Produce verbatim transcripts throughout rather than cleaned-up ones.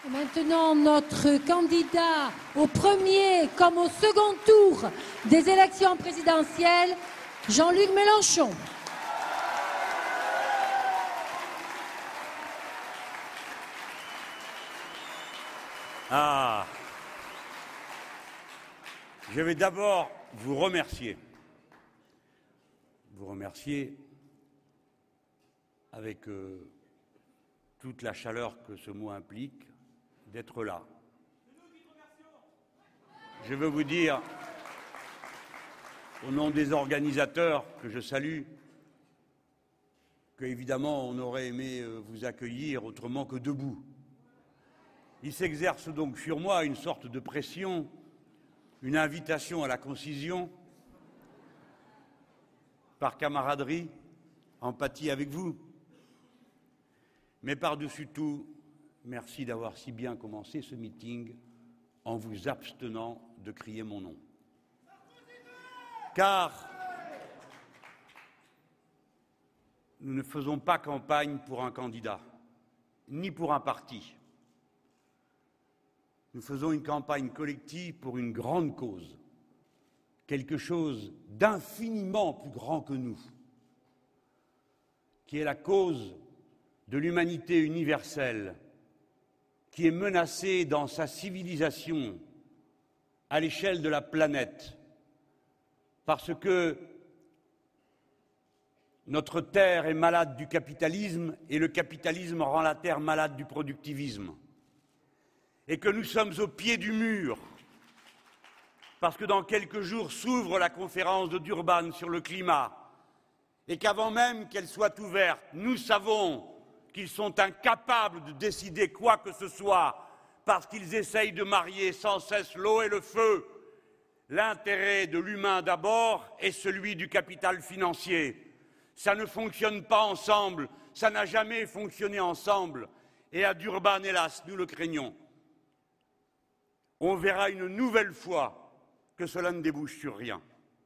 Maintenant, notre candidat au premier comme au second tour des élections présidentielles, Jean-Luc Mélenchon. Ah, je vais d'abord vous remercier. Vous remercier avec euh, toute la chaleur que ce mot implique, d'être là. Je veux vous dire, au nom des organisateurs que je salue, qu'évidemment on aurait aimé vous accueillir autrement que debout. Il s'exerce donc sur moi une sorte de pression, une invitation à la concision, par camaraderie, empathie avec vous. Mais par-dessus tout, merci d'avoir si bien commencé ce meeting en vous abstenant de crier mon nom. Car nous ne faisons pas campagne pour un candidat, ni pour un parti. Nous faisons une campagne collective pour une grande cause, quelque chose d'infiniment plus grand que nous, qui est la cause de l'humanité universelle, qui est menacée dans sa civilisation à l'échelle de la planète, parce que notre terre est malade du capitalisme et le capitalisme rend la terre malade du productivisme. Et que nous sommes au pied du mur, parce que dans quelques jours s'ouvre la conférence de Durban sur le climat, et qu'avant même qu'elle soit ouverte, nous savons qu'ils sont incapables de décider quoi que ce soit, parce qu'ils essayent de marier sans cesse l'eau et le feu, l'intérêt de l'humain d'abord et celui du capital financier. Ça ne fonctionne pas ensemble, ça n'a jamais fonctionné ensemble, et à Durban, hélas, nous le craignons. On verra une nouvelle fois que cela ne débouche sur rien.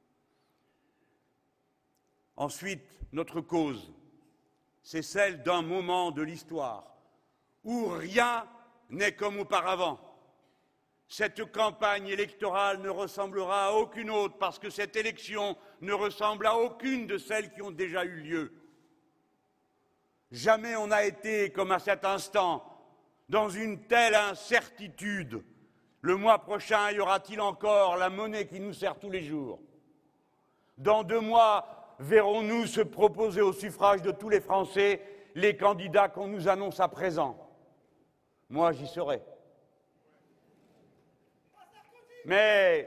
Ensuite, notre cause, c'est celle d'un moment de l'histoire où rien n'est comme auparavant. Cette campagne électorale ne ressemblera à aucune autre parce que cette élection ne ressemble à aucune de celles qui ont déjà eu lieu. Jamais on n'a été, comme à cet instant, dans une telle incertitude. Le mois prochain, y aura-t-il encore la monnaie qui nous sert tous les jours? Dans deux mois, verrons-nous se proposer au suffrage de tous les Français les candidats qu'on nous annonce à présent? Moi, j'y serai. Mais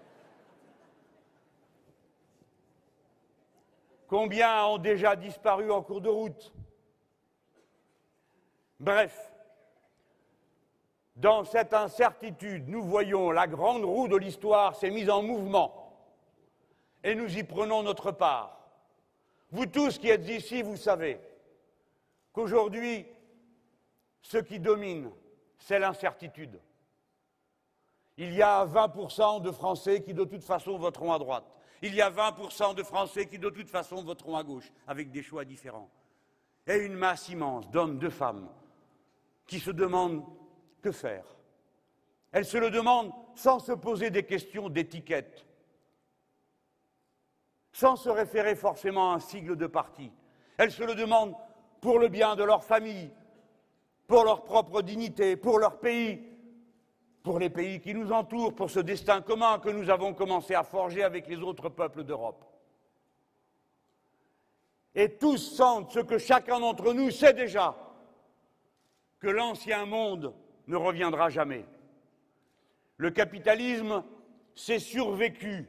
combien ont déjà disparu en cours de route? Bref. Dans cette incertitude, nous voyons la grande roue de l'histoire s'est mise en mouvement et nous y prenons notre part. Vous tous qui êtes ici, vous savez qu'aujourd'hui, ce qui domine, c'est l'incertitude. Il y a vingt pour cent de Français qui de toute façon voteront à droite. Il y a vingt pour cent de Français qui de toute façon voteront à gauche, avec des choix différents. Et une masse immense d'hommes, de femmes, qui se demandent que faire. Elle se le demande sans se poser des questions d'étiquette, sans se référer forcément à un sigle de parti. Elle se le demande pour le bien de leur famille, pour leur propre dignité, pour leur pays, pour les pays qui nous entourent, pour ce destin commun que nous avons commencé à forger avec les autres peuples d'Europe. Et tous sentent ce que chacun d'entre nous sait déjà, que l'ancien monde ne reviendra jamais. Le capitalisme s'est survécu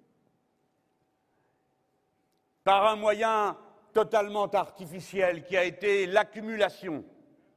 par un moyen totalement artificiel qui a été l'accumulation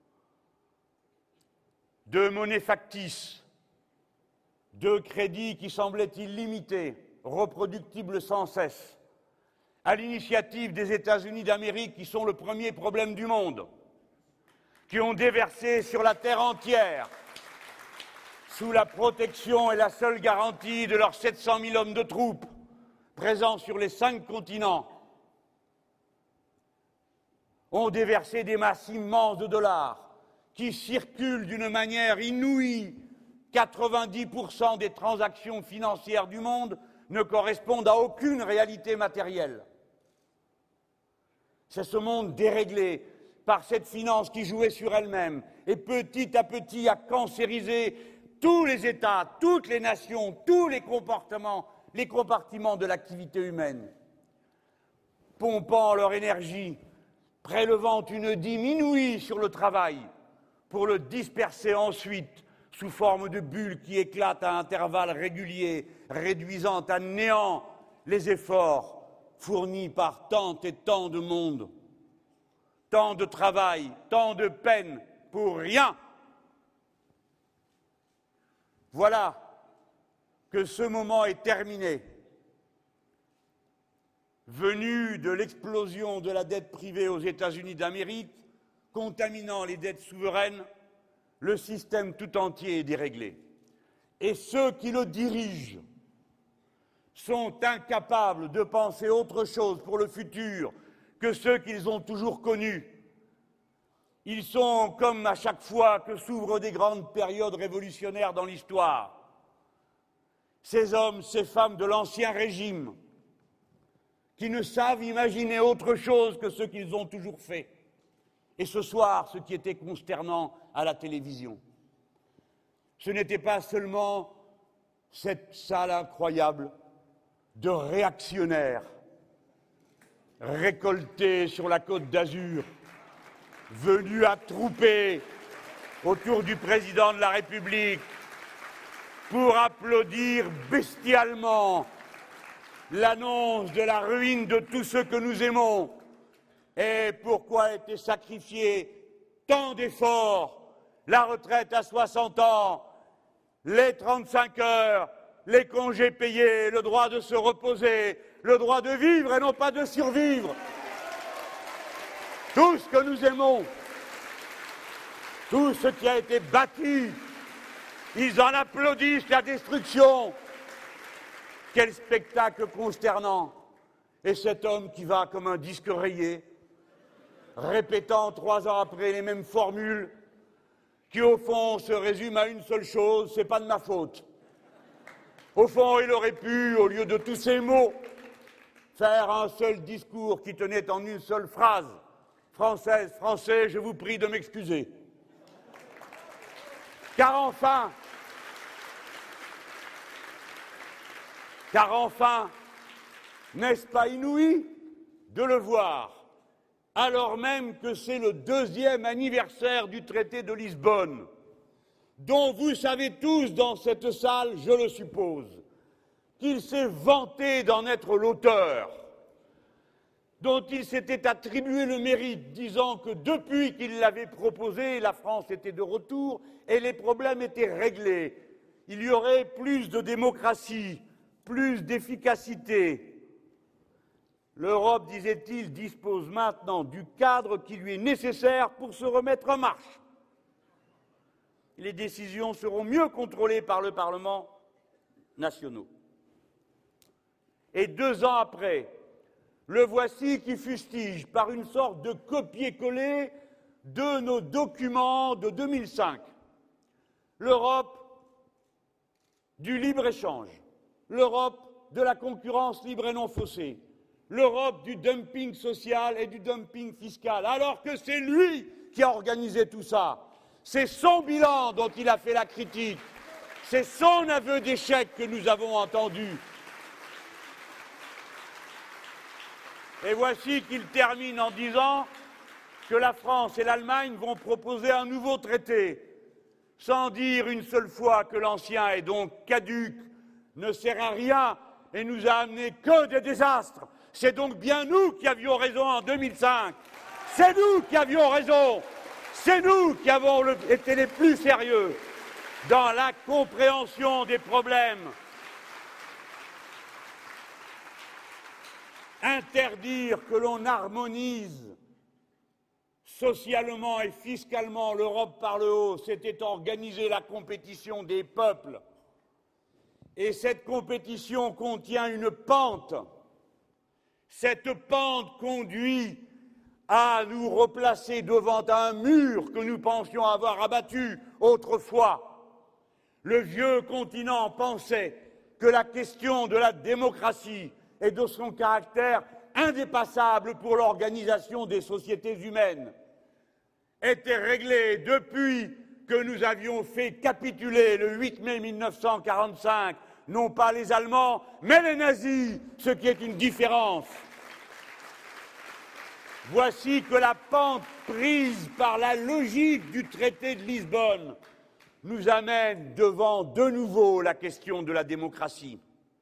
de monnaies factices, de crédits qui semblaient illimités, reproductibles sans cesse, à l'initiative des États-Unis d'Amérique qui sont le premier problème du monde, qui ont déversé sur la terre entière, sous la protection et la seule garantie de leurs sept cent mille hommes de troupes, présents sur les cinq continents, ont déversé des masses immenses de dollars qui circulent d'une manière inouïe. quatre-vingt-dix pour cent des transactions financières du monde ne correspondent à aucune réalité matérielle. C'est ce monde déréglé par cette finance qui jouait sur elle-même et petit à petit a cancérisé tous les États, toutes les nations, tous les comportements, les compartiments de l'activité humaine, pompant leur énergie, prélevant une dîme inouïe sur le travail pour le disperser ensuite sous forme de bulles qui éclatent à intervalles réguliers, réduisant à néant les efforts fournis par tant et tant de monde. Tant de travail, tant de peine pour rien. Voilà que ce moment est terminé. Venu de l'explosion de la dette privée aux États-Unis d'Amérique, contaminant les dettes souveraines, le système tout entier est déréglé. Et ceux qui le dirigent sont incapables de penser autre chose pour le futur que ceux qu'ils ont toujours connus. Ils sont comme à chaque fois que s'ouvrent des grandes périodes révolutionnaires dans l'histoire. Ces hommes, ces femmes de l'Ancien Régime, qui ne savent imaginer autre chose que ce qu'ils ont toujours fait. Et ce soir, ce qui était consternant à la télévision, ce n'était pas seulement cette salle incroyable de réactionnaires récoltés sur la Côte d'Azur, venus attrouper autour du président de la République pour applaudir bestialement l'annonce de la ruine de tous ceux que nous aimons. Et pourquoi a été sacrifié tant d'efforts, la retraite à soixante ans, les trente-cinq heures, les congés payés, le droit de se reposer, le droit de vivre et non pas de survivre. Tout ce que nous aimons, tout ce qui a été bâti, ils en applaudissent la destruction. Quel spectacle consternant! Et cet homme qui va comme un disque rayé, répétant trois ans après les mêmes formules, qui au fond se résument à une seule chose, c'est pas de ma faute. Au fond, il aurait pu, au lieu de tous ces mots, faire un seul discours qui tenait en une seule phrase. Françaises, Français, je vous prie de m'excuser. Car enfin, car enfin, n'est-ce pas inouï de le voir, alors même que c'est le deuxième anniversaire du traité de Lisbonne, dont vous savez tous dans cette salle, je le suppose, qu'il s'est vanté d'en être l'auteur, dont il s'était attribué le mérite, disant que depuis qu'il l'avait proposé, la France était de retour et les problèmes étaient réglés. Il y aurait plus de démocratie, plus d'efficacité. L'Europe, disait-il, dispose maintenant du cadre qui lui est nécessaire pour se remettre en marche. Les décisions seront mieux contrôlées par le Parlement national. Et deux ans après, le voici qui fustige par une sorte de copier-coller de nos documents de deux mille cinq. L'Europe du libre-échange, l'Europe de la concurrence libre et non faussée, l'Europe du dumping social et du dumping fiscal, alors que c'est lui qui a organisé tout ça. C'est son bilan dont il a fait la critique, c'est son aveu d'échec que nous avons entendu. Et voici qu'il termine en disant que la France et l'Allemagne vont proposer un nouveau traité, sans dire une seule fois que l'ancien est donc caduc, ne sert à rien et nous a amené que des désastres. C'est donc bien nous qui avions raison en deux mille cinq. C'est nous qui avions raison. C'est nous qui avons le, été les plus sérieux dans la compréhension des problèmes. Interdire que l'on harmonise socialement et fiscalement l'Europe par le haut, c'était organiser la compétition des peuples. Et cette compétition contient une pente. Cette pente conduit à nous replacer devant un mur que nous pensions avoir abattu autrefois. Le vieux continent pensait que la question de la démocratie et de son caractère indépassable pour l'organisation des sociétés humaines était réglée depuis que nous avions fait capituler le huit mai mille neuf cent quarante-cinq, non pas les Allemands, mais les nazis, ce qui est une différence. Voici que la pente prise par la logique du traité de Lisbonne nous amène devant de nouveau la question de la démocratie.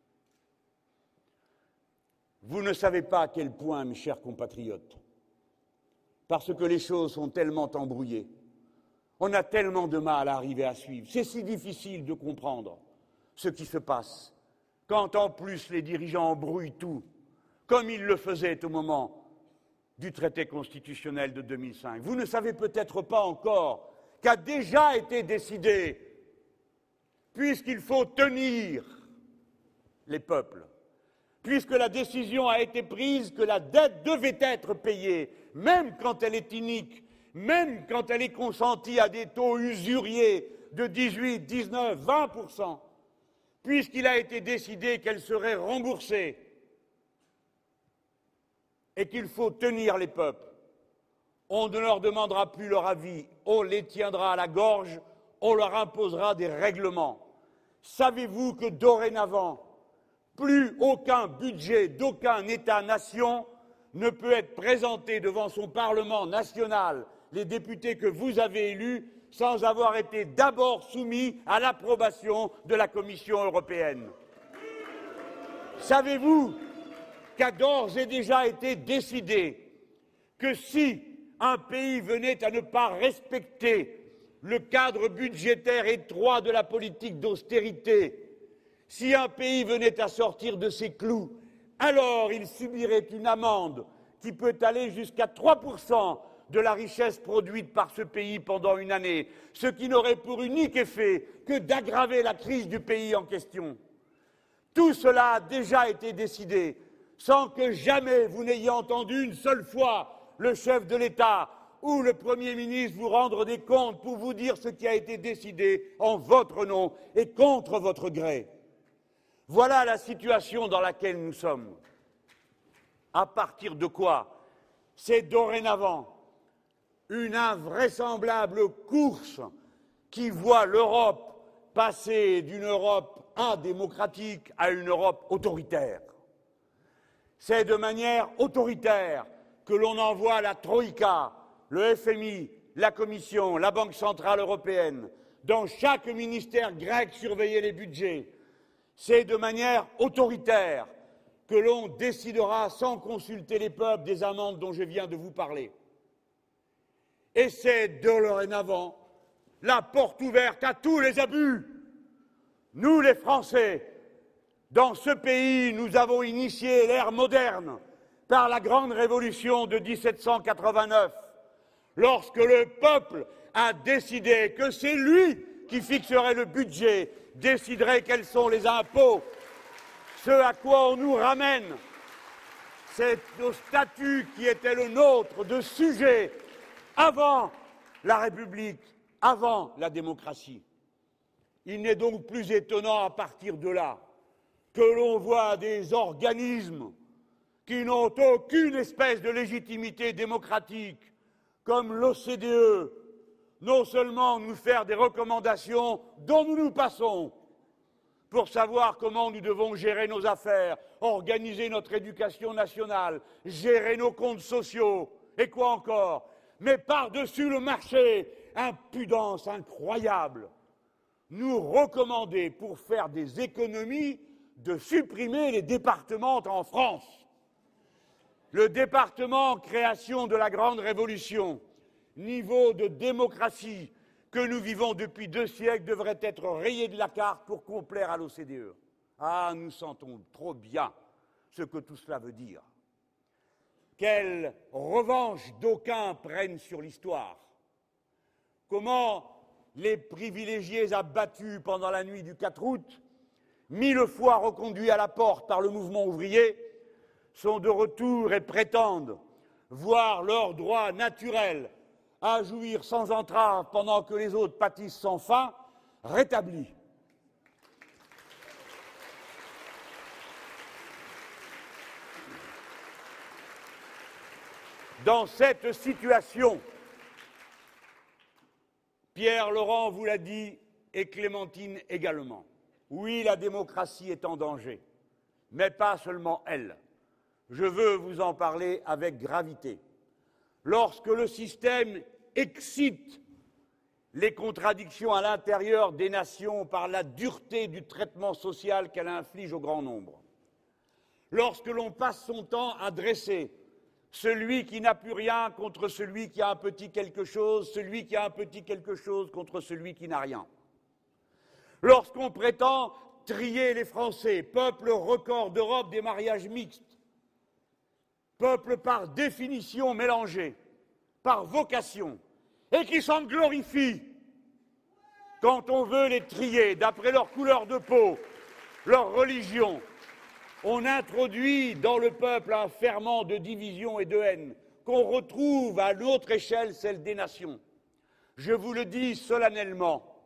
Vous ne savez pas à quel point, mes chers compatriotes, parce que les choses sont tellement embrouillées, on a tellement de mal à arriver à suivre. C'est si difficile de comprendre ce qui se passe quand en plus les dirigeants embrouillent tout, comme ils le faisaient au moment du traité constitutionnel de deux mille cinq. Vous ne savez peut-être pas encore qu'a déjà été décidé, puisqu'il faut tenir les peuples, puisque la décision a été prise que la dette devait être payée, même quand elle est inique, même quand elle est consentie à des taux usuriers de dix-huit, dix-neuf, vingt pour cent, puisqu'il a été décidé qu'elle serait remboursée et qu'il faut tenir les peuples. On ne leur demandera plus leur avis, on les tiendra à la gorge, on leur imposera des règlements. Savez-vous que dorénavant, plus aucun budget d'aucun État-nation ne peut être présenté devant son Parlement national, les députés que vous avez élus, sans avoir été d'abord soumis à l'approbation de la Commission européenne. Savez-vous qu'a d'ores et déjà été décidé que si un pays venait à ne pas respecter le cadre budgétaire étroit de la politique d'austérité, si un pays venait à sortir de ses clous, alors il subirait une amende qui peut aller jusqu'à trois pour cent de la richesse produite par ce pays pendant une année, ce qui n'aurait pour unique effet que d'aggraver la crise du pays en question. Tout cela a déjà été décidé, sans que jamais vous n'ayez entendu une seule fois le chef de l'État ou le Premier ministre vous rendre des comptes pour vous dire ce qui a été décidé en votre nom et contre votre gré. Voilà la situation dans laquelle nous sommes. À partir de quoi? C'est dorénavant une invraisemblable course qui voit l'Europe passer d'une Europe indémocratique à une Europe autoritaire. C'est de manière autoritaire que l'on envoie la Troïka, le F M I, la Commission, la Banque centrale européenne, dans chaque ministère grec surveiller les budgets. C'est de manière autoritaire que l'on décidera, sans consulter les peuples, des amendes dont je viens de vous parler. Et c'est dorénavant la porte ouverte à tous les abus. Nous, les Français, dans ce pays, nous avons initié l'ère moderne par la grande révolution de mille sept cent quatre-vingt-neuf, lorsque le peuple a décidé que c'est lui qui fixerait le budget, déciderait quels sont les impôts. Ce à quoi on nous ramène, c'est au statut qui était le nôtre de sujet avant la République, avant la démocratie. Il n'est donc plus étonnant à partir de là que l'on voit des organismes qui n'ont aucune espèce de légitimité démocratique, comme l'O C D E, non seulement nous faire des recommandations dont nous nous passons pour savoir comment nous devons gérer nos affaires, organiser notre éducation nationale, gérer nos comptes sociaux, et quoi encore, mais par-dessus le marché, impudence incroyable, nous recommander, pour faire des économies, de supprimer les départements en France. Le département création de la Grande Révolution, niveau de démocratie que nous vivons depuis deux siècles, devrait être rayé de la carte pour complaire à l'O C D E. Ah, nous sentons trop bien ce que tout cela veut dire. Quelle revanche d'aucuns prennent sur l'histoire. Comment les privilégiés abattus pendant la nuit du quatre août, mille fois reconduits à la porte par le mouvement ouvrier, sont de retour et prétendent voir leur droit naturel à jouir sans entrave pendant que les autres pâtissent sans faim rétabli. Dans cette situation, Pierre Laurent vous l'a dit et Clémentine également. Oui, la démocratie est en danger, mais pas seulement elle. Je veux vous en parler avec gravité. Lorsque le système excite les contradictions à l'intérieur des nations par la dureté du traitement social qu'elle inflige au grand nombre, lorsque l'on passe son temps à dresser celui qui n'a plus rien contre celui qui a un petit quelque chose, celui qui a un petit quelque chose contre celui qui n'a rien. Lorsqu'on prétend trier les Français, peuple record d'Europe des mariages mixtes, peuple par définition mélangé, par vocation, et qui s'en glorifie quand on veut les trier d'après leur couleur de peau, leur religion, on introduit dans le peuple un ferment de division et de haine qu'on retrouve à notre échelle, celle des nations. Je vous le dis solennellement,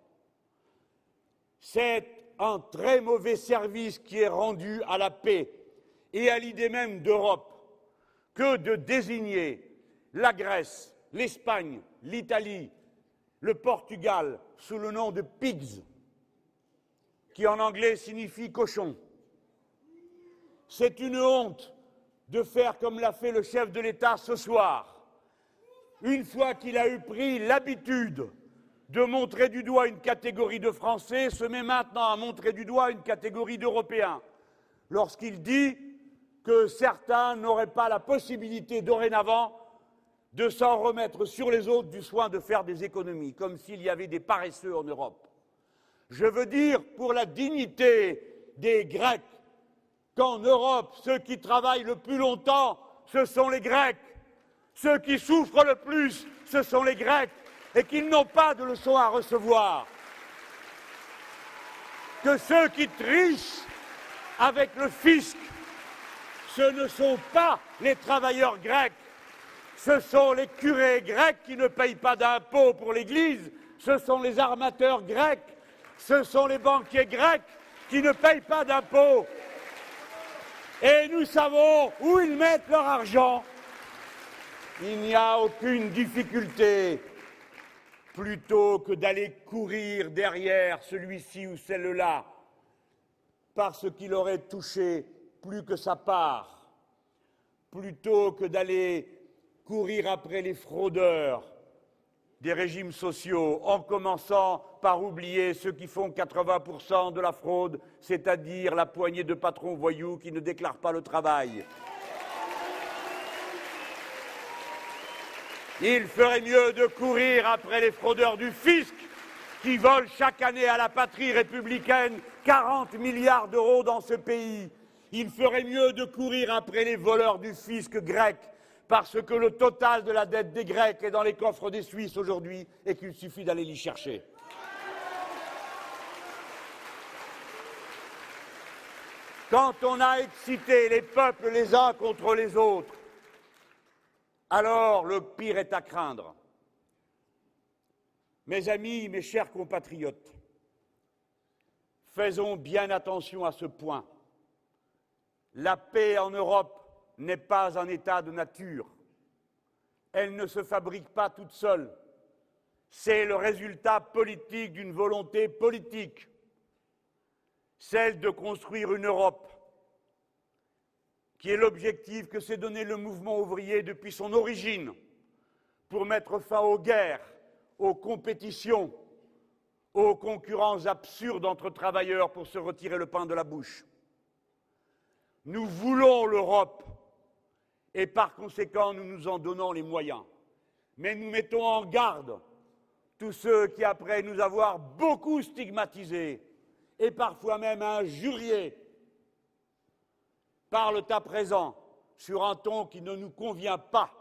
c'est un très mauvais service qui est rendu à la paix et à l'idée même d'Europe que de désigner la Grèce, l'Espagne, l'Italie, le Portugal sous le nom de pigs, qui en anglais signifie cochon. C'est une honte de faire comme l'a fait le chef de l'État ce soir. Une fois qu'il a eu pris l'habitude de montrer du doigt une catégorie de Français, se met maintenant à montrer du doigt une catégorie d'Européens, lorsqu'il dit que certains n'auraient pas la possibilité dorénavant de s'en remettre sur les autres du soin de faire des économies, comme s'il y avait des paresseux en Europe. Je veux dire, pour la dignité des Grecs, qu'en Europe, ceux qui travaillent le plus longtemps, ce sont les Grecs. Ceux qui souffrent le plus, ce sont les Grecs, et qu'ils n'ont pas de leçons à recevoir. Que ceux qui trichent avec le fisc, ce ne sont pas les travailleurs grecs, ce sont les curés grecs qui ne payent pas d'impôts pour l'Église, ce sont les armateurs grecs, ce sont les banquiers grecs qui ne payent pas d'impôts. Et nous savons où ils mettent leur argent. Il n'y a aucune difficulté. Plutôt que d'aller courir derrière celui-ci ou celle-là, parce qu'il aurait touché plus que sa part, plutôt que d'aller courir après les fraudeurs des régimes sociaux, en commençant par oublier ceux qui font quatre-vingts pour cent de la fraude, c'est-à-dire la poignée de patrons voyous qui ne déclarent pas le travail. Il ferait mieux de courir après les fraudeurs du fisc qui volent chaque année à la patrie républicaine quarante milliards d'euros dans ce pays. Il ferait mieux de courir après les voleurs du fisc grec, parce que le total de la dette des Grecs est dans les coffres des Suisses aujourd'hui et qu'il suffit d'aller l'y chercher. Quand on a excité les peuples les uns contre les autres, alors le pire est à craindre. Mes amis, mes chers compatriotes, faisons bien attention à ce point. La paix en Europe n'est pas un état de nature. Elle ne se fabrique pas toute seule. C'est le résultat politique d'une volonté politique, celle de construire une Europe qui est l'objectif que s'est donné le mouvement ouvrier depuis son origine, pour mettre fin aux guerres, aux compétitions, aux concurrences absurdes entre travailleurs pour se retirer le pain de la bouche. Nous voulons l'Europe et par conséquent nous nous en donnons les moyens. Mais nous mettons en garde tous ceux qui, après nous avoir beaucoup stigmatisés et parfois même injuriés, parlent à présent sur un ton qui ne nous convient pas.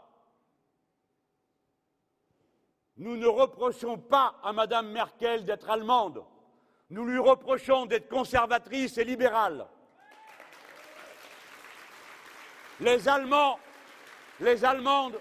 Nous ne reprochons pas à Madame Merkel d'être allemande. Nous lui reprochons d'être conservatrice et libérale. Les Allemands Les Allemandes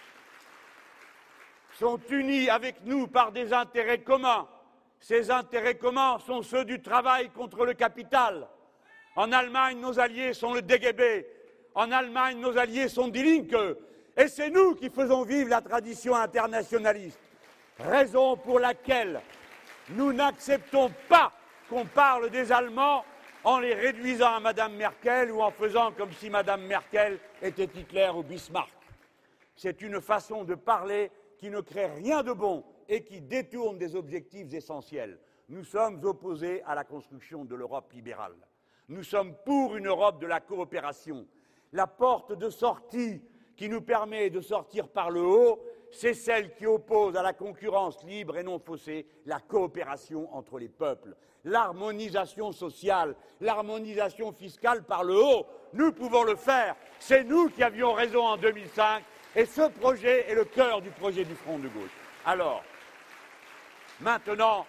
sont unies avec nous par des intérêts communs. Ces intérêts communs sont ceux du travail contre le capital. En Allemagne, nos alliés sont le D G B. En Allemagne, nos alliés sont Die Linke. Et c'est nous qui faisons vivre la tradition internationaliste. Raison pour laquelle nous n'acceptons pas qu'on parle des Allemands en les réduisant à Madame Merkel ou en faisant comme si Madame Merkel était Hitler ou Bismarck. C'est une façon de parler qui ne crée rien de bon et qui détourne des objectifs essentiels. Nous sommes opposés à la construction de l'Europe libérale. Nous sommes pour une Europe de la coopération. La porte de sortie qui nous permet de sortir par le haut, c'est celle qui oppose à la concurrence libre et non faussée la coopération entre les peuples. L'harmonisation sociale, l'harmonisation fiscale par le haut, nous pouvons le faire. C'est nous qui avions raison en deux mille cinq et ce projet est le cœur du projet du Front de gauche. Alors, maintenant,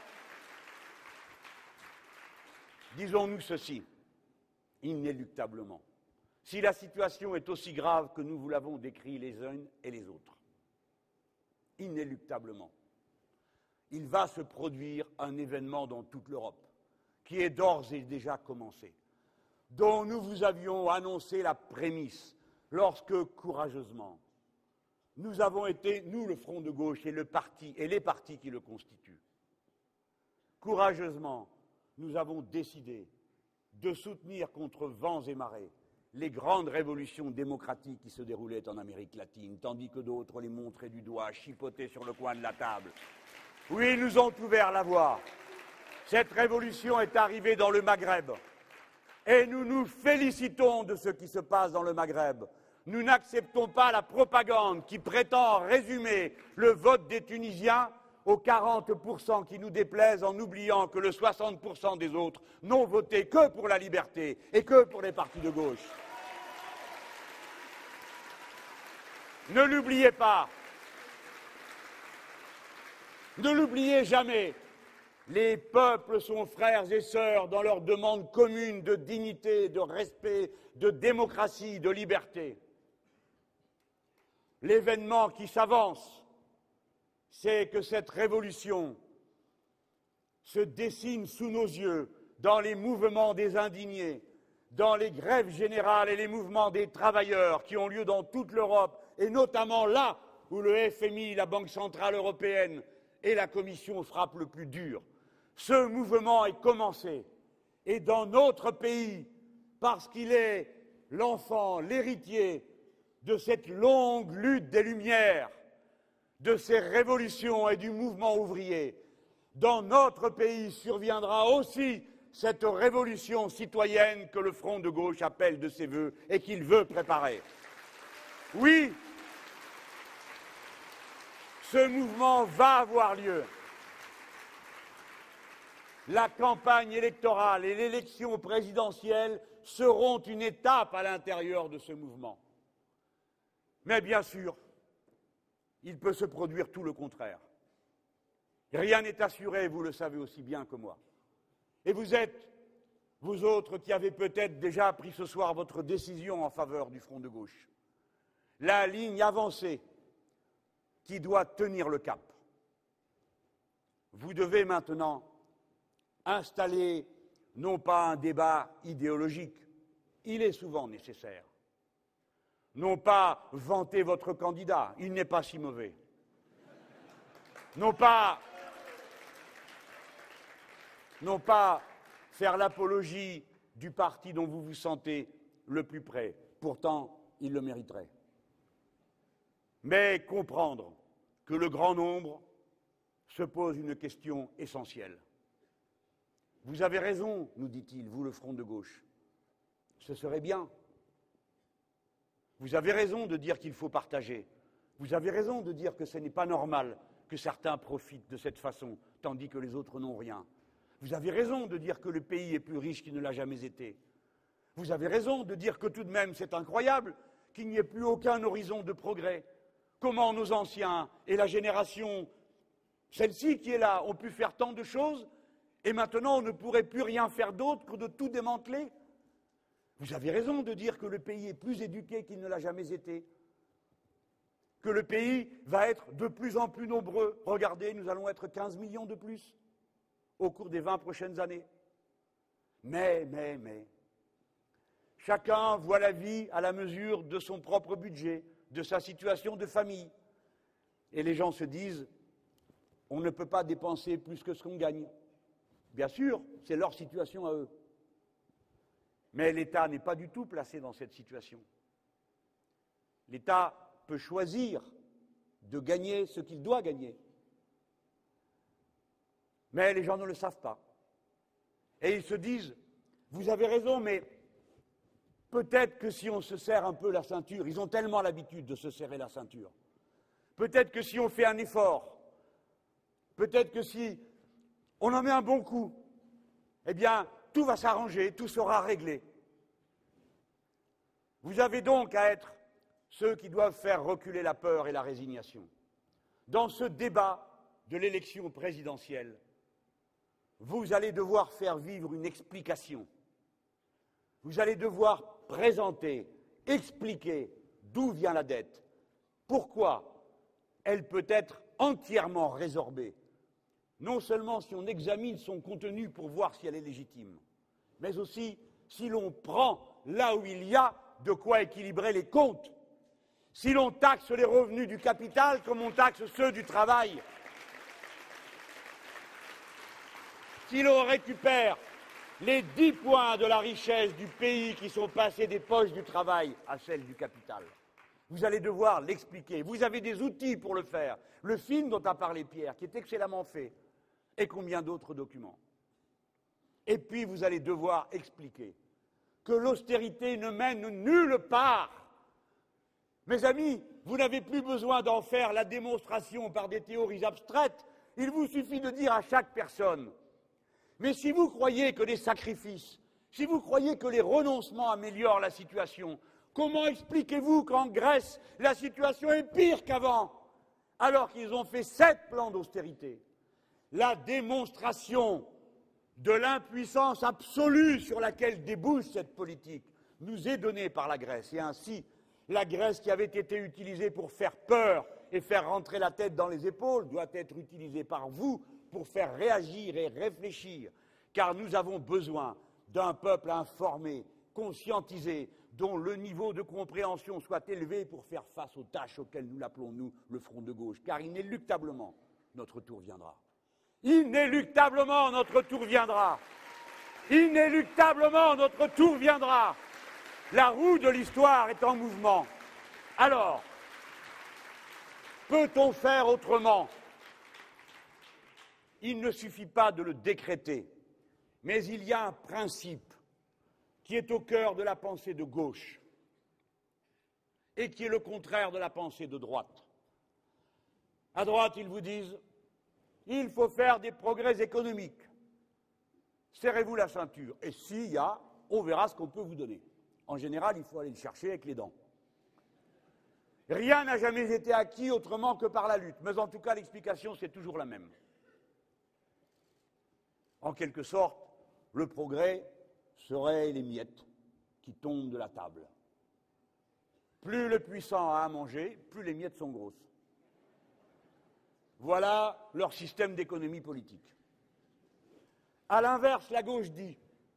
disons-nous ceci, inéluctablement. Si la situation est aussi grave que nous vous l'avons décrit les uns et les autres, inéluctablement, il va se produire un événement dans toute l'Europe, qui est d'ores et déjà commencé, dont nous vous avions annoncé la prémisse, lorsque, courageusement, nous avons été, nous, le Front de gauche et le parti, et les partis qui le constituent, courageusement, nous avons décidé de soutenir contre vents et marées les grandes révolutions démocratiques qui se déroulaient en Amérique latine, tandis que d'autres les montraient du doigt, chipotaient sur le coin de la table. Oui, ils nous ont ouvert la voie. Cette révolution est arrivée dans le Maghreb. Et nous nous félicitons de ce qui se passe dans le Maghreb. Nous n'acceptons pas la propagande qui prétend résumer le vote des Tunisiens aux quarante pour cent qui nous déplaisent en oubliant que le soixante pour cent des autres n'ont voté que pour la liberté et que pour les partis de gauche. Ne l'oubliez pas. Ne l'oubliez jamais. Les peuples sont frères et sœurs dans leur demande commune de dignité, de respect, de démocratie, de liberté. L'événement qui s'avance, c'est que cette révolution se dessine sous nos yeux dans les mouvements des indignés, dans les grèves générales et les mouvements des travailleurs qui ont lieu dans toute l'Europe, et notamment là où le F M I, la Banque centrale européenne et la Commission frappent le plus dur. Ce mouvement est commencé, et dans notre pays, parce qu'il est l'enfant, l'héritier de cette longue lutte des Lumières, de ces révolutions et du mouvement ouvrier, dans notre pays surviendra aussi cette révolution citoyenne que le Front de gauche appelle de ses vœux et qu'il veut préparer. Oui, ce mouvement va avoir lieu. La campagne électorale et l'élection présidentielle seront une étape à l'intérieur de ce mouvement. Mais bien sûr, il peut se produire tout le contraire. Rien n'est assuré, vous le savez aussi bien que moi. Et vous êtes, vous autres, qui avez peut-être déjà pris ce soir votre décision en faveur du Front de gauche. La ligne avancée qui doit tenir le cap. Vous devez maintenant installer non pas un débat idéologique, il est souvent nécessaire, non pas vanter votre candidat, il n'est pas si mauvais, non pas, non pas faire l'apologie du parti dont vous vous sentez le plus près, pourtant il le mériterait, mais comprendre que le grand nombre se pose une question essentielle. Vous avez raison, nous dit-il, vous le Front de gauche. Ce serait bien. Vous avez raison de dire qu'il faut partager. Vous avez raison de dire que ce n'est pas normal que certains profitent de cette façon, tandis que les autres n'ont rien. Vous avez raison de dire que le pays est plus riche qu'il ne l'a jamais été. Vous avez raison de dire que tout de même c'est incroyable qu'il n'y ait plus aucun horizon de progrès. Comment nos anciens et la génération, celle-ci qui est là, ont pu faire tant de choses, et maintenant on ne pourrait plus rien faire d'autre que de tout démanteler. Vous avez raison de dire que le pays est plus éduqué qu'il ne l'a jamais été. que le pays va être de plus en plus nombreux. Regardez, nous allons être quinze millions de plus au cours des vingt prochaines années. Mais, mais, mais, chacun voit la vie à la mesure de son propre budget, de sa situation de famille. Et les gens se disent, on ne peut pas dépenser plus que ce qu'on gagne. Bien sûr, c'est leur situation à eux. Mais l'État n'est pas du tout placé dans cette situation. L'État peut choisir de gagner ce qu'il doit gagner. Mais les gens ne le savent pas. Et ils se disent, vous avez raison, mais peut-être que si on se serre un peu la ceinture, ils ont tellement l'habitude de se serrer la ceinture, peut-être que si on fait un effort, peut-être que si on en met un bon coup, eh bien, tout va s'arranger, tout sera réglé. Vous avez donc à être ceux qui doivent faire reculer la peur et la résignation. Dans ce débat de l'élection présidentielle, vous allez devoir faire vivre une explication. Vous allez devoir présenter, expliquer d'où vient la dette, pourquoi elle peut être entièrement résorbée, non seulement si on examine son contenu pour voir si elle est légitime, mais aussi si l'on prend là où il y a de quoi équilibrer les comptes, si l'on taxe les revenus du capital comme on taxe ceux du travail, si l'on récupère les dix points de la richesse du pays qui sont passés des poches du travail à celles du capital. Vous allez devoir l'expliquer. Vous avez des outils pour le faire. Le film dont a parlé Pierre, qui est excellemment fait, et combien d'autres documents. Et puis vous allez devoir expliquer que l'austérité ne mène nulle part. Mes amis, vous n'avez plus besoin d'en faire la démonstration par des théories abstraites. Il vous suffit de dire à chaque personne, mais si vous croyez que les sacrifices, si vous croyez que les renoncements améliorent la situation, comment expliquez-vous qu'en Grèce, la situation est pire qu'avant, alors qu'ils ont fait sept plans d'austérité? La démonstration de l'impuissance absolue sur laquelle débouche cette politique nous est donnée par la Grèce. Et ainsi, la Grèce qui avait été utilisée pour faire peur et faire rentrer la tête dans les épaules doit être utilisée par vous pour faire réagir et réfléchir, car nous avons besoin d'un peuple informé, conscientisé, dont le niveau de compréhension soit élevé pour faire face aux tâches auxquelles nous l'appelons, nous, le front de gauche, car inéluctablement, notre tour viendra. Inéluctablement, notre tour viendra. Inéluctablement, notre tour viendra. La roue de l'histoire est en mouvement. Alors, peut-on faire autrement? Il ne suffit pas de le décréter, mais il y a un principe qui est au cœur de la pensée de gauche et qui est le contraire de la pensée de droite. À droite, ils vous disent il faut faire des progrès économiques. Serrez-vous la ceinture. Et s'il y a, on verra ce qu'on peut vous donner. En général, il faut aller le chercher avec les dents. Rien n'a jamais été acquis autrement que par la lutte. Mais en tout cas, l'explication, c'est toujours la même. En quelque sorte, le progrès serait les miettes qui tombent de la table. Plus le puissant a à manger, plus les miettes sont grosses. Voilà leur système d'économie politique. À l'inverse, la gauche dit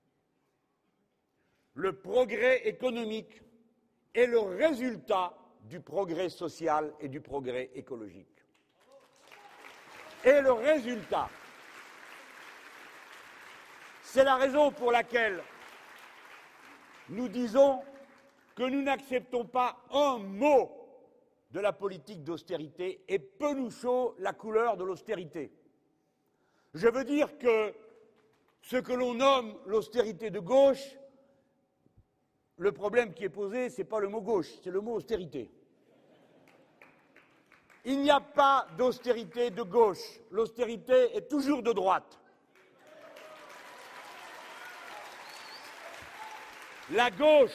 le progrès économique est le résultat du progrès social et du progrès écologique. Et le résultat, c'est la raison pour laquelle nous disons que nous n'acceptons pas un mot de la politique d'austérité et peu nous chaud la couleur de l'austérité. Je veux dire que ce que l'on nomme l'austérité de gauche, le problème qui est posé, ce n'est pas le mot gauche, c'est le mot austérité. Il n'y a pas d'austérité de gauche. L'austérité est toujours de droite. La gauche,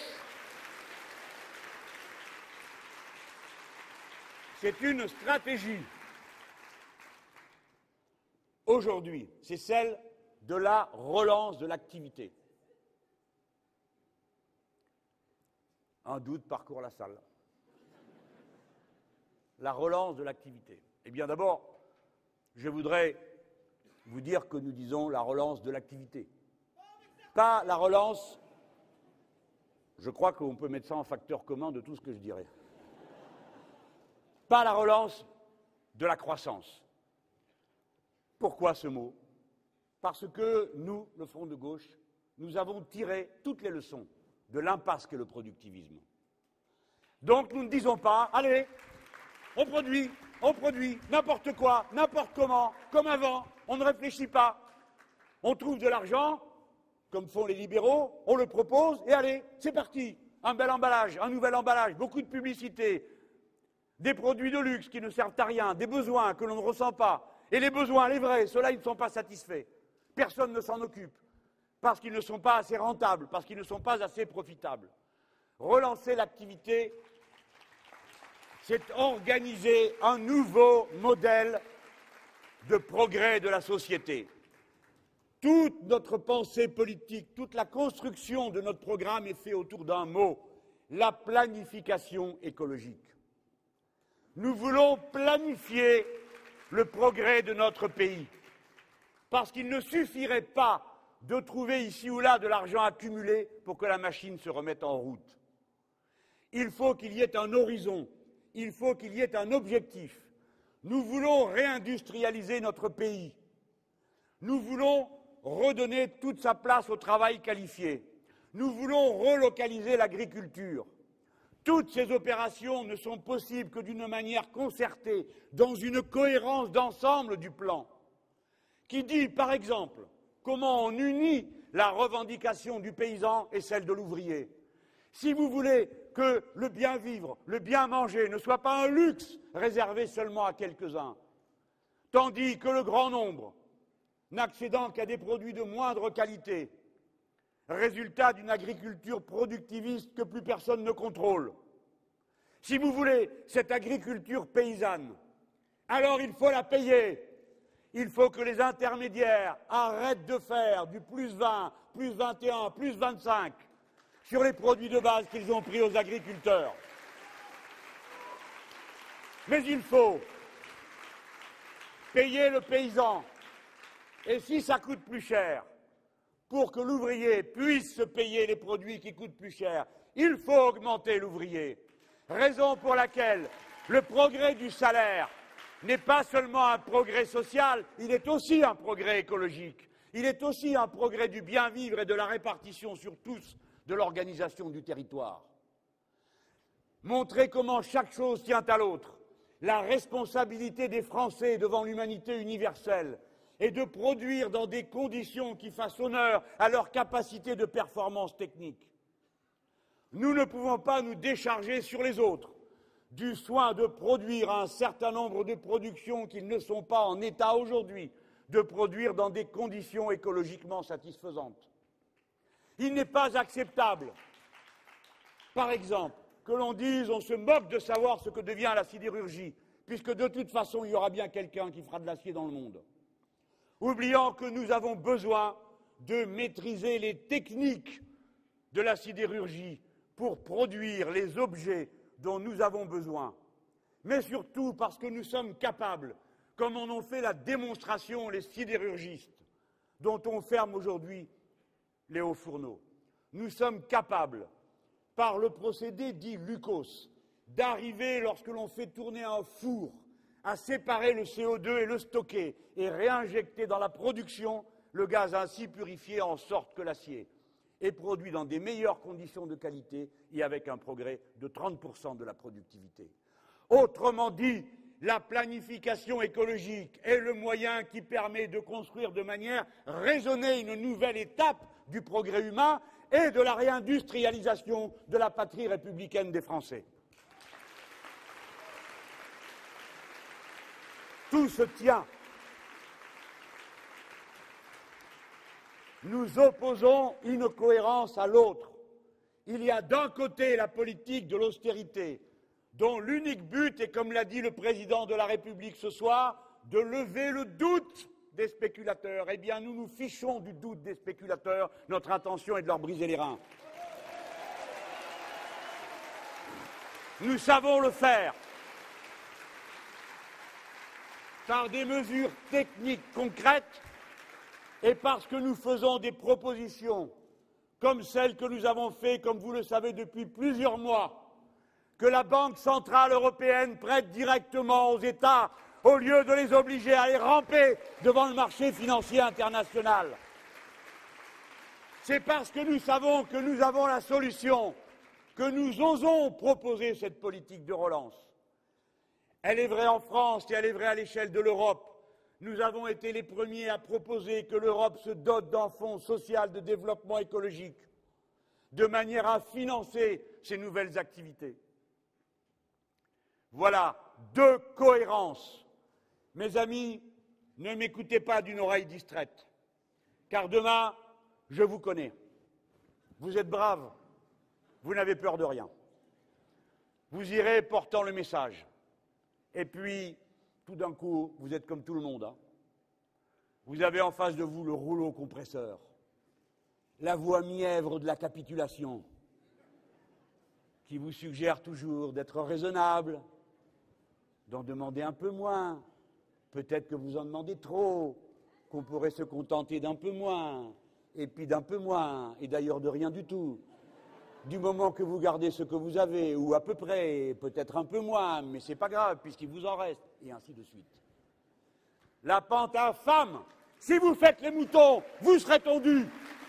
c'est une stratégie. Aujourd'hui, c'est celle de la relance de l'activité. Un doute parcourt la salle. la relance de l'activité? Eh bien d'abord, je voudrais vous dire que nous disons la relance de l'activité. Pas la relance, je crois qu'on peut mettre ça en facteur commun de tout ce que je dirais. Pas la relance de la croissance. Pourquoi ce mot? Parce que nous, le Front de gauche, nous avons tiré toutes les leçons de l'impasse qu'est le productivisme. Donc nous ne disons pas, allez, on produit, on produit, n'importe quoi, n'importe comment, comme avant, on ne réfléchit pas. On trouve de l'argent, comme font les libéraux, on le propose, et allez, c'est parti. Un bel emballage, un nouvel emballage, beaucoup de publicité, des produits de luxe qui ne servent à rien, des besoins que l'on ne ressent pas. Et les besoins, les vrais, ceux-là, ils ne sont pas satisfaits. Personne ne s'en occupe, parce qu'ils ne sont pas assez rentables, parce qu'ils ne sont pas assez profitables. Relancer l'activité, c'est organiser un nouveau modèle de progrès de la société. Toute notre pensée politique, toute la construction de notre programme est faite autour d'un mot, la planification écologique. Nous voulons planifier le progrès de notre pays, parce qu'il ne suffirait pas de trouver ici ou là de l'argent accumulé pour que la machine se remette en route. Il faut qu'il y ait un horizon, il faut qu'il y ait un objectif. Nous voulons réindustrialiser notre pays. Nous voulons redonner toute sa place au travail qualifié. Nous voulons relocaliser l'agriculture. Toutes ces opérations ne sont possibles que d'une manière concertée, dans une cohérence d'ensemble du plan, qui dit, par exemple, comment on unit la revendication du paysan et celle de l'ouvrier. Si vous voulez que le bien vivre, le bien manger ne soit pas un luxe réservé seulement à quelques-uns, tandis que le grand nombre n'accédant qu'à des produits de moindre qualité, résultat d'une agriculture productiviste que plus personne ne contrôle. Si vous voulez cette agriculture paysanne, alors il faut la payer. Il faut que les intermédiaires arrêtent de faire du plus vingt, plus vingt et un, plus vingt-cinq sur les produits de base qu'ils ont pris aux agriculteurs. Mais il faut payer le paysan. Et si ça coûte plus cher, pour que l'ouvrier puisse se payer les produits qui coûtent plus cher, il faut augmenter l'ouvrier. Raison pour laquelle le progrès du salaire n'est pas seulement un progrès social, il est aussi un progrès écologique. Il est aussi un progrès du bien vivre et de la répartition sur tous de l'organisation du territoire. Montrer comment chaque chose tient à l'autre, la responsabilité des Français devant l'humanité universelle, et de produire dans des conditions qui fassent honneur à leur capacité de performance technique. Nous ne pouvons pas nous décharger sur les autres du soin de produire un certain nombre de productions qu'ils ne sont pas en état aujourd'hui de produire dans des conditions écologiquement satisfaisantes. Il n'est pas acceptable, par exemple, que l'on dise on se moque de savoir ce que devient la sidérurgie, puisque de toute façon il y aura bien quelqu'un qui fera de l'acier dans le monde. Oubliant que nous avons besoin de maîtriser les techniques de la sidérurgie pour produire les objets dont nous avons besoin, mais surtout parce que nous sommes capables, comme en ont fait la démonstration les sidérurgistes, dont on ferme aujourd'hui les hauts fourneaux. Nous sommes capables, par le procédé dit Lucos, d'arriver, lorsque l'on fait tourner un four, à séparer le C O deux et le stocker et réinjecter dans la production le gaz ainsi purifié en sorte que l'acier est produit dans des meilleures conditions de qualité et avec un progrès de trente pour cent de la productivité. Autrement dit, la planification écologique est le moyen qui permet de construire de manière raisonnée une nouvelle étape du progrès humain et de la réindustrialisation de la patrie républicaine des Français. Tout se tient. Nous opposons une cohérence à l'autre. Il y a d'un côté la politique de l'austérité, dont l'unique but est, comme l'a dit le président de la République ce soir, de lever le doute des spéculateurs. Eh bien, nous nous fichons du doute des spéculateurs. Notre intention est de leur briser les reins. Nous savons le faire. par des mesures techniques concrètes et parce que nous faisons des propositions comme celles que nous avons faites, comme vous le savez depuis plusieurs mois, que la Banque centrale européenne prête directement aux États au lieu de les obliger à aller ramper devant le marché financier international. C'est parce que nous savons que nous avons la solution que nous osons proposer cette politique de relance. Elle est vraie en France et elle est vraie à l'échelle de l'Europe. Nous avons été les premiers à proposer que l'Europe se dote d'un fonds social de développement écologique, de manière à financer ces nouvelles activités. Voilà deux cohérences. Mes amis, ne m'écoutez pas d'une oreille distraite, car demain, je vous connais. Vous êtes braves, vous n'avez peur de rien. Vous irez portant le message. Et puis, tout d'un coup, vous êtes comme tout le monde. Hein. Vous avez en face de vous le rouleau compresseur, la voix mièvre de la capitulation, qui vous suggère toujours d'être raisonnable, d'en demander un peu moins. Peut-être que vous en demandez trop, qu'on pourrait se contenter d'un peu moins, et puis d'un peu moins, et d'ailleurs de rien du tout. Du moment que vous gardez ce que vous avez, ou à peu près, peut-être un peu moins, mais c'est pas grave, puisqu'il vous en reste, et ainsi de suite. La pente infâme, si vous faites les moutons, vous serez tondus.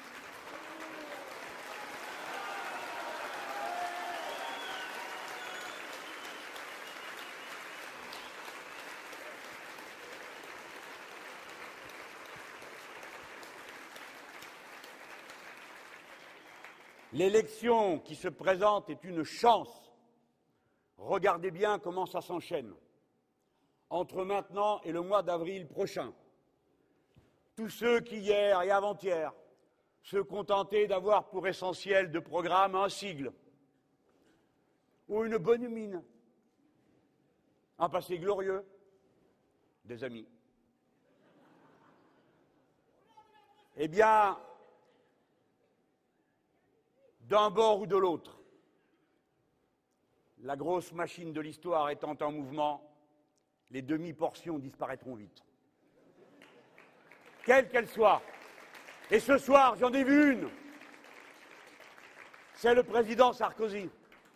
L'élection qui se présente est une chance. Regardez bien comment ça s'enchaîne. Entre maintenant et le mois d'avril prochain, tous ceux qui, hier et avant-hier, se contentaient d'avoir pour essentiel de programme un sigle ou une bonne mine, un passé glorieux, des amis. Eh bien, d'un bord ou de l'autre, la grosse machine de l'histoire étant en mouvement, les demi-portions disparaîtront vite. Quelle qu'elle soit. Et ce soir, j'en ai vu une. C'est le président Sarkozy.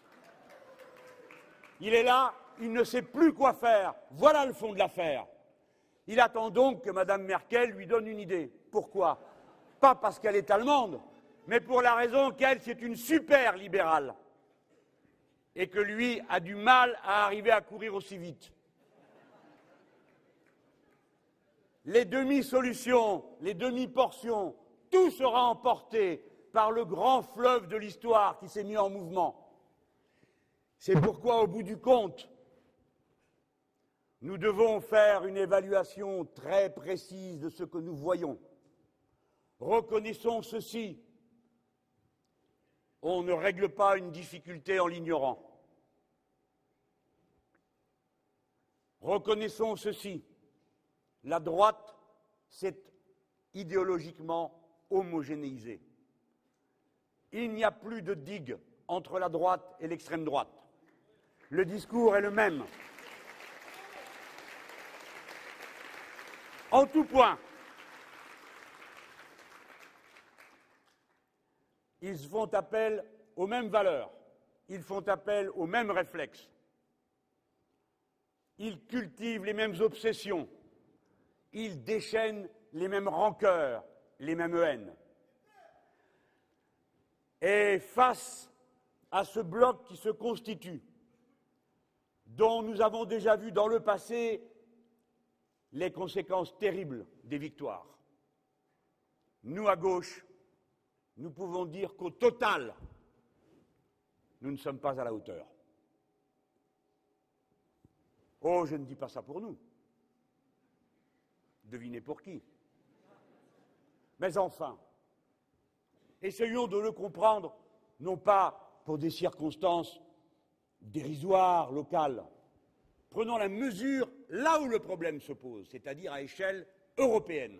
Il est là, il ne sait plus quoi faire. Voilà le fond de l'affaire. Il attend donc que Mme Merkel lui donne une idée. Pourquoi? Pas parce qu'elle est allemande, mais pour la raison qu'elle, c'est une super libérale. Et que lui a du mal à arriver à courir aussi vite. Les demi-solutions, les demi-portions, tout sera emporté par le grand fleuve de l'histoire qui s'est mis en mouvement. C'est pourquoi, au bout du compte, nous devons faire une évaluation très précise de ce que nous voyons. Reconnaissons ceci. On ne règle pas une difficulté en l'ignorant. Reconnaissons ceci. La droite s'est idéologiquement homogénéisée. Il n'y a plus de digue entre la droite et l'extrême droite. Le discours est le même. En tout point, ils font appel aux mêmes valeurs, ils font appel aux mêmes réflexes, ils cultivent les mêmes obsessions, ils déchaînent les mêmes rancœurs, les mêmes haines. Et face à ce bloc qui se constitue, dont nous avons déjà vu dans le passé les conséquences terribles des victoires, nous, à gauche, nous pouvons dire qu'au total, nous ne sommes pas à la hauteur. Oh, je ne dis pas ça pour nous. Devinez pour qui. Mais enfin, essayons de le comprendre, non pas pour des circonstances dérisoires, locales. Prenons la mesure là où le problème se pose, c'est-à-dire à échelle européenne.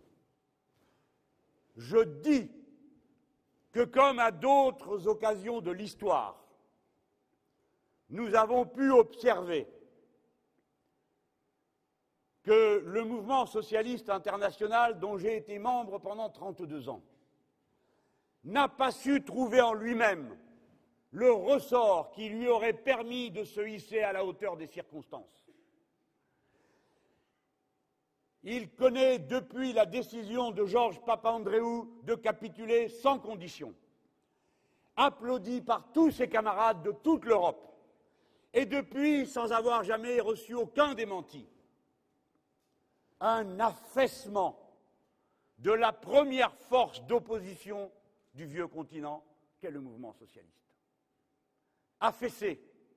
Je dis que, comme à d'autres occasions de l'histoire, nous avons pu observer que le mouvement socialiste international, dont j'ai été membre pendant trente-deux ans, n'a pas su trouver en lui-même le ressort qui lui aurait permis de se hisser à la hauteur des circonstances. Il connaît depuis la décision de Georges Papandréou de capituler sans condition, applaudi par tous ses camarades de toute l'Europe, et depuis sans avoir jamais reçu aucun démenti, un affaissement de la première force d'opposition du vieux continent qu'est le mouvement socialiste. Affaissé.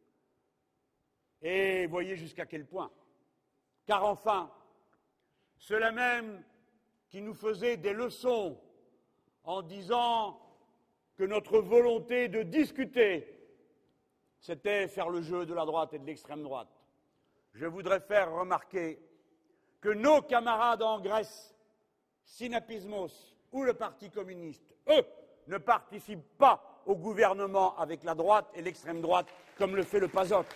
Et voyez jusqu'à quel point. Car enfin, ceux-là même qui nous faisaient des leçons en disant que notre volonté de discuter, c'était faire le jeu de la droite et de l'extrême droite. Je voudrais faire remarquer que nos camarades en Grèce, Synapismos ou le Parti communiste, eux, ne participent pas au gouvernement avec la droite et l'extrême droite, comme le fait le PASOK.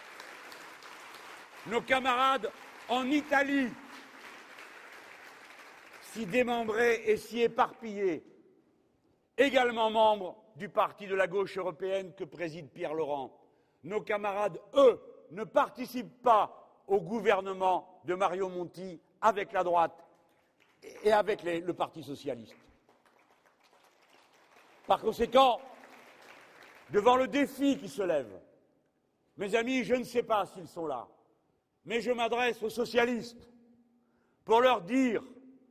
Nos camarades en Italie, si démembrés et si éparpillés, également membres du Parti de la gauche européenne que préside Pierre Laurent, nos camarades, eux, ne participent pas au gouvernement de Mario Monti avec la droite et avec les, le Parti socialiste. Par conséquent, devant le défi qui se lève, mes amis, je ne sais pas s'ils sont là, mais je m'adresse aux socialistes pour leur dire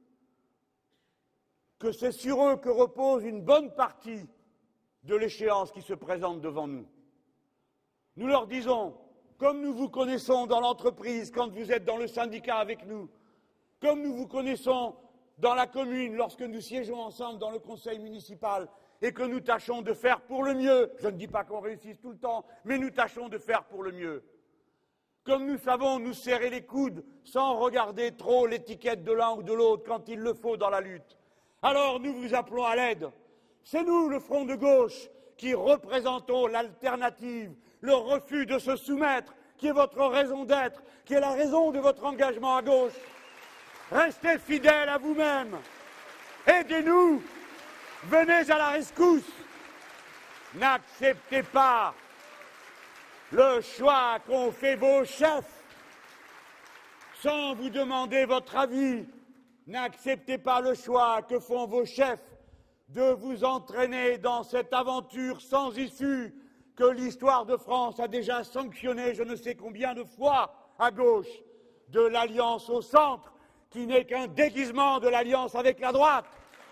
que c'est sur eux que repose une bonne partie de l'échéance qui se présente devant nous. Nous leur disons, comme nous vous connaissons dans l'entreprise quand vous êtes dans le syndicat avec nous, comme nous vous connaissons dans la commune lorsque nous siégeons ensemble dans le conseil municipal et que nous tâchons de faire pour le mieux, je ne dis pas qu'on réussisse tout le temps, mais nous tâchons de faire pour le mieux. Comme nous savons nous serrer les coudes sans regarder trop l'étiquette de l'un ou de l'autre quand il le faut dans la lutte, alors nous vous appelons à l'aide. C'est nous, le Front de gauche, qui représentons l'alternative, le refus de se soumettre, qui est votre raison d'être, qui est la raison de votre engagement à gauche. Restez fidèles à vous-même. Aidez-nous. Venez à la rescousse. N'acceptez pas le choix qu'ont fait vos chefs sans vous demander votre avis. N'acceptez pas le choix que font vos chefs de vous entraîner dans cette aventure sans issue que l'histoire de France a déjà sanctionné je ne sais combien de fois à gauche, de l'alliance au centre, qui n'est qu'un déguisement de l'alliance avec la droite.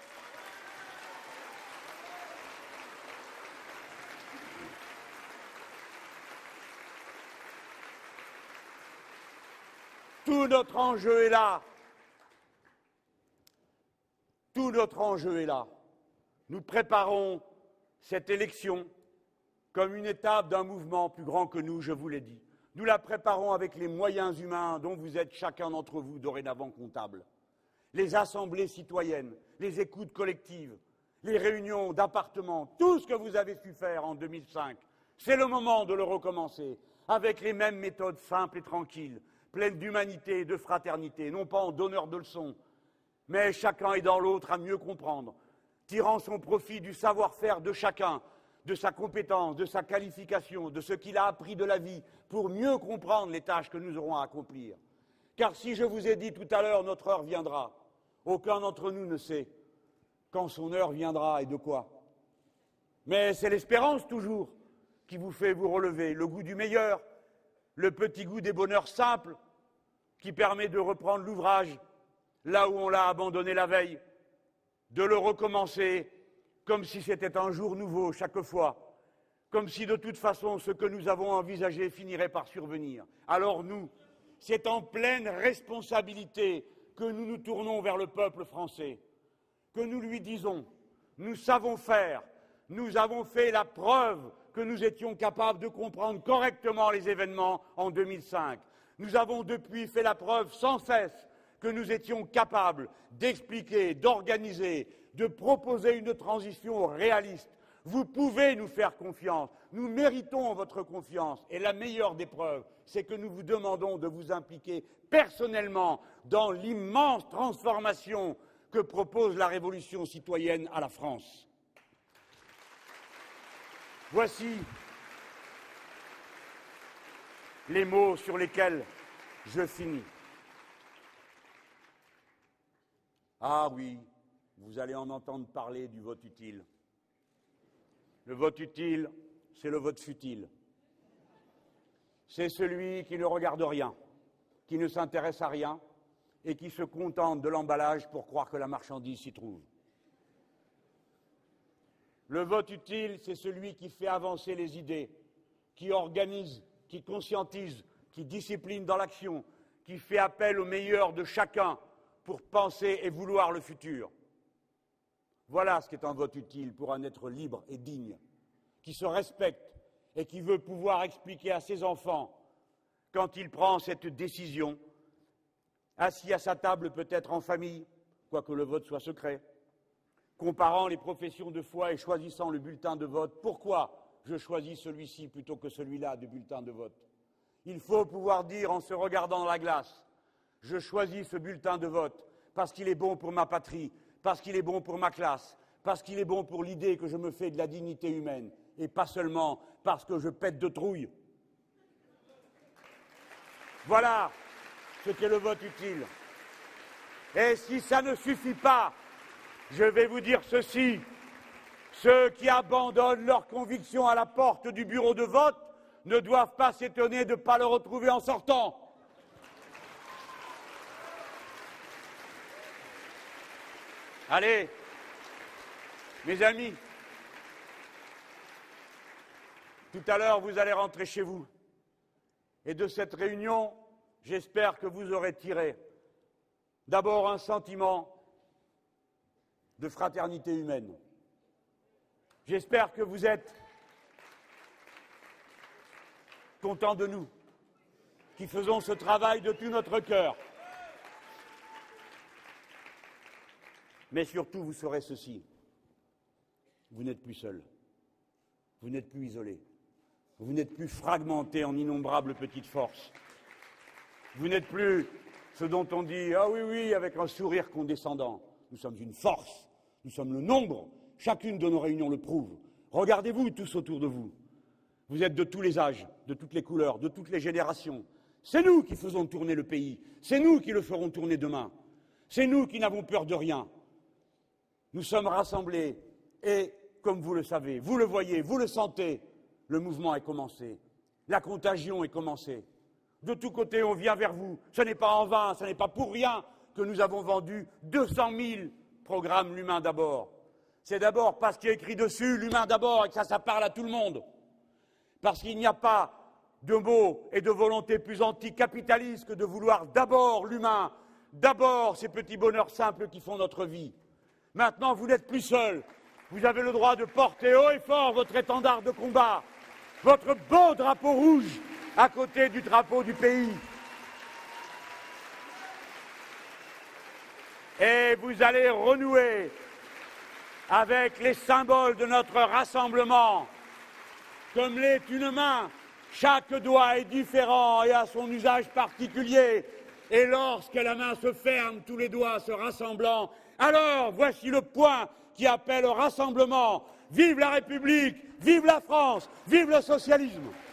Tout notre enjeu est là. Tout notre enjeu est là. Nous préparons cette élection comme une étape d'un mouvement plus grand que nous, je vous l'ai dit. Nous la préparons avec les moyens humains dont vous êtes chacun d'entre vous dorénavant comptable. Les assemblées citoyennes, les écoutes collectives, les réunions d'appartements, tout ce que vous avez su faire en deux mille cinq, c'est le moment de le recommencer, avec les mêmes méthodes simples et tranquilles, pleines d'humanité et de fraternité, non pas en donneur de leçons, mais chacun aidant l'autre à mieux comprendre, tirant son profit du savoir-faire de chacun, de sa compétence, de sa qualification, de ce qu'il a appris de la vie, pour mieux comprendre les tâches que nous aurons à accomplir. Car si je vous ai dit tout à l'heure, notre heure viendra, aucun d'entre nous ne sait quand son heure viendra et de quoi. Mais c'est l'espérance toujours qui vous fait vous relever, le goût du meilleur, le petit goût des bonheurs simples qui permet de reprendre l'ouvrage là où on l'a abandonné la veille, de le recommencer comme si c'était un jour nouveau chaque fois, comme si de toute façon ce que nous avons envisagé finirait par survenir. Alors nous, c'est en pleine responsabilité que nous nous tournons vers le peuple français, que nous lui disons, nous savons faire, nous avons fait la preuve que nous étions capables de comprendre correctement les événements en deux mille cinq. Nous avons depuis fait la preuve sans cesse que nous étions capables d'expliquer, d'organiser, de proposer une transition réaliste. Vous pouvez nous faire confiance. Nous méritons votre confiance. Et la meilleure des preuves, c'est que nous vous demandons de vous impliquer personnellement dans l'immense transformation que propose la révolution citoyenne à la France. Voici les mots sur lesquels je finis. Ah oui, vous allez en entendre parler du vote utile. Le vote utile, c'est le vote futile. C'est celui qui ne regarde rien, qui ne s'intéresse à rien et qui se contente de l'emballage pour croire que la marchandise s'y trouve. Le vote utile, c'est celui qui fait avancer les idées, qui organise, qui conscientise, qui discipline dans l'action, qui fait appel au meilleur de chacun pour penser et vouloir le futur. Voilà ce qu'est un vote utile pour un être libre et digne, qui se respecte et qui veut pouvoir expliquer à ses enfants, quand il prend cette décision, assis à sa table peut-être en famille, quoique le vote soit secret, comparant les professions de foi et choisissant le bulletin de vote, pourquoi je choisis celui-ci plutôt que celui-là de bulletin de vote. Il faut pouvoir dire en se regardant dans la glace, je choisis ce bulletin de vote parce qu'il est bon pour ma patrie, parce qu'il est bon pour ma classe, parce qu'il est bon pour l'idée que je me fais de la dignité humaine, et pas seulement parce que je pète de trouille. Voilà ce qu'est le vote utile. Et si ça ne suffit pas, je vais vous dire ceci, ceux qui abandonnent leurs convictions à la porte du bureau de vote ne doivent pas s'étonner de ne pas le retrouver en sortant. Allez, mes amis, tout à l'heure, vous allez rentrer chez vous. Et de cette réunion, j'espère que vous aurez tiré d'abord un sentiment de fraternité humaine. J'espère que vous êtes contents de nous, qui faisons ce travail de tout notre cœur. Mais surtout, vous saurez ceci, vous n'êtes plus seuls, vous n'êtes plus isolés, vous n'êtes plus fragmentés en innombrables petites forces, vous n'êtes plus ce dont on dit « ah oui, oui » avec un sourire condescendant. Nous sommes une force, nous sommes le nombre, chacune de nos réunions le prouve. Regardez-vous tous autour de vous, vous êtes de tous les âges, de toutes les couleurs, de toutes les générations. C'est nous qui faisons tourner le pays, c'est nous qui le ferons tourner demain, c'est nous qui n'avons peur de rien. Nous sommes rassemblés et, comme vous le savez, vous le voyez, vous le sentez, le mouvement est commencé, la contagion est commencée. De tous côtés, on vient vers vous. Ce n'est pas en vain, ce n'est pas pour rien que nous avons vendu deux cent mille programmes L'Humain d'abord. C'est d'abord parce qu'il y a écrit dessus L'Humain d'abord et que ça, ça parle à tout le monde. Parce qu'il n'y a pas de mots et de volonté plus anticapitalistes que de vouloir d'abord l'humain, d'abord ces petits bonheurs simples qui font notre vie. Maintenant, vous n'êtes plus seuls. Vous avez le droit de porter haut et fort votre étendard de combat, votre beau drapeau rouge à côté du drapeau du pays. Et vous allez renouer avec les symboles de notre rassemblement. Comme l'est une main, chaque doigt est différent et a son usage particulier. Et lorsque la main se ferme, tous les doigts se rassemblant, alors voici le point qui appelle au rassemblement. Vive la République, vive la France, vive le socialisme.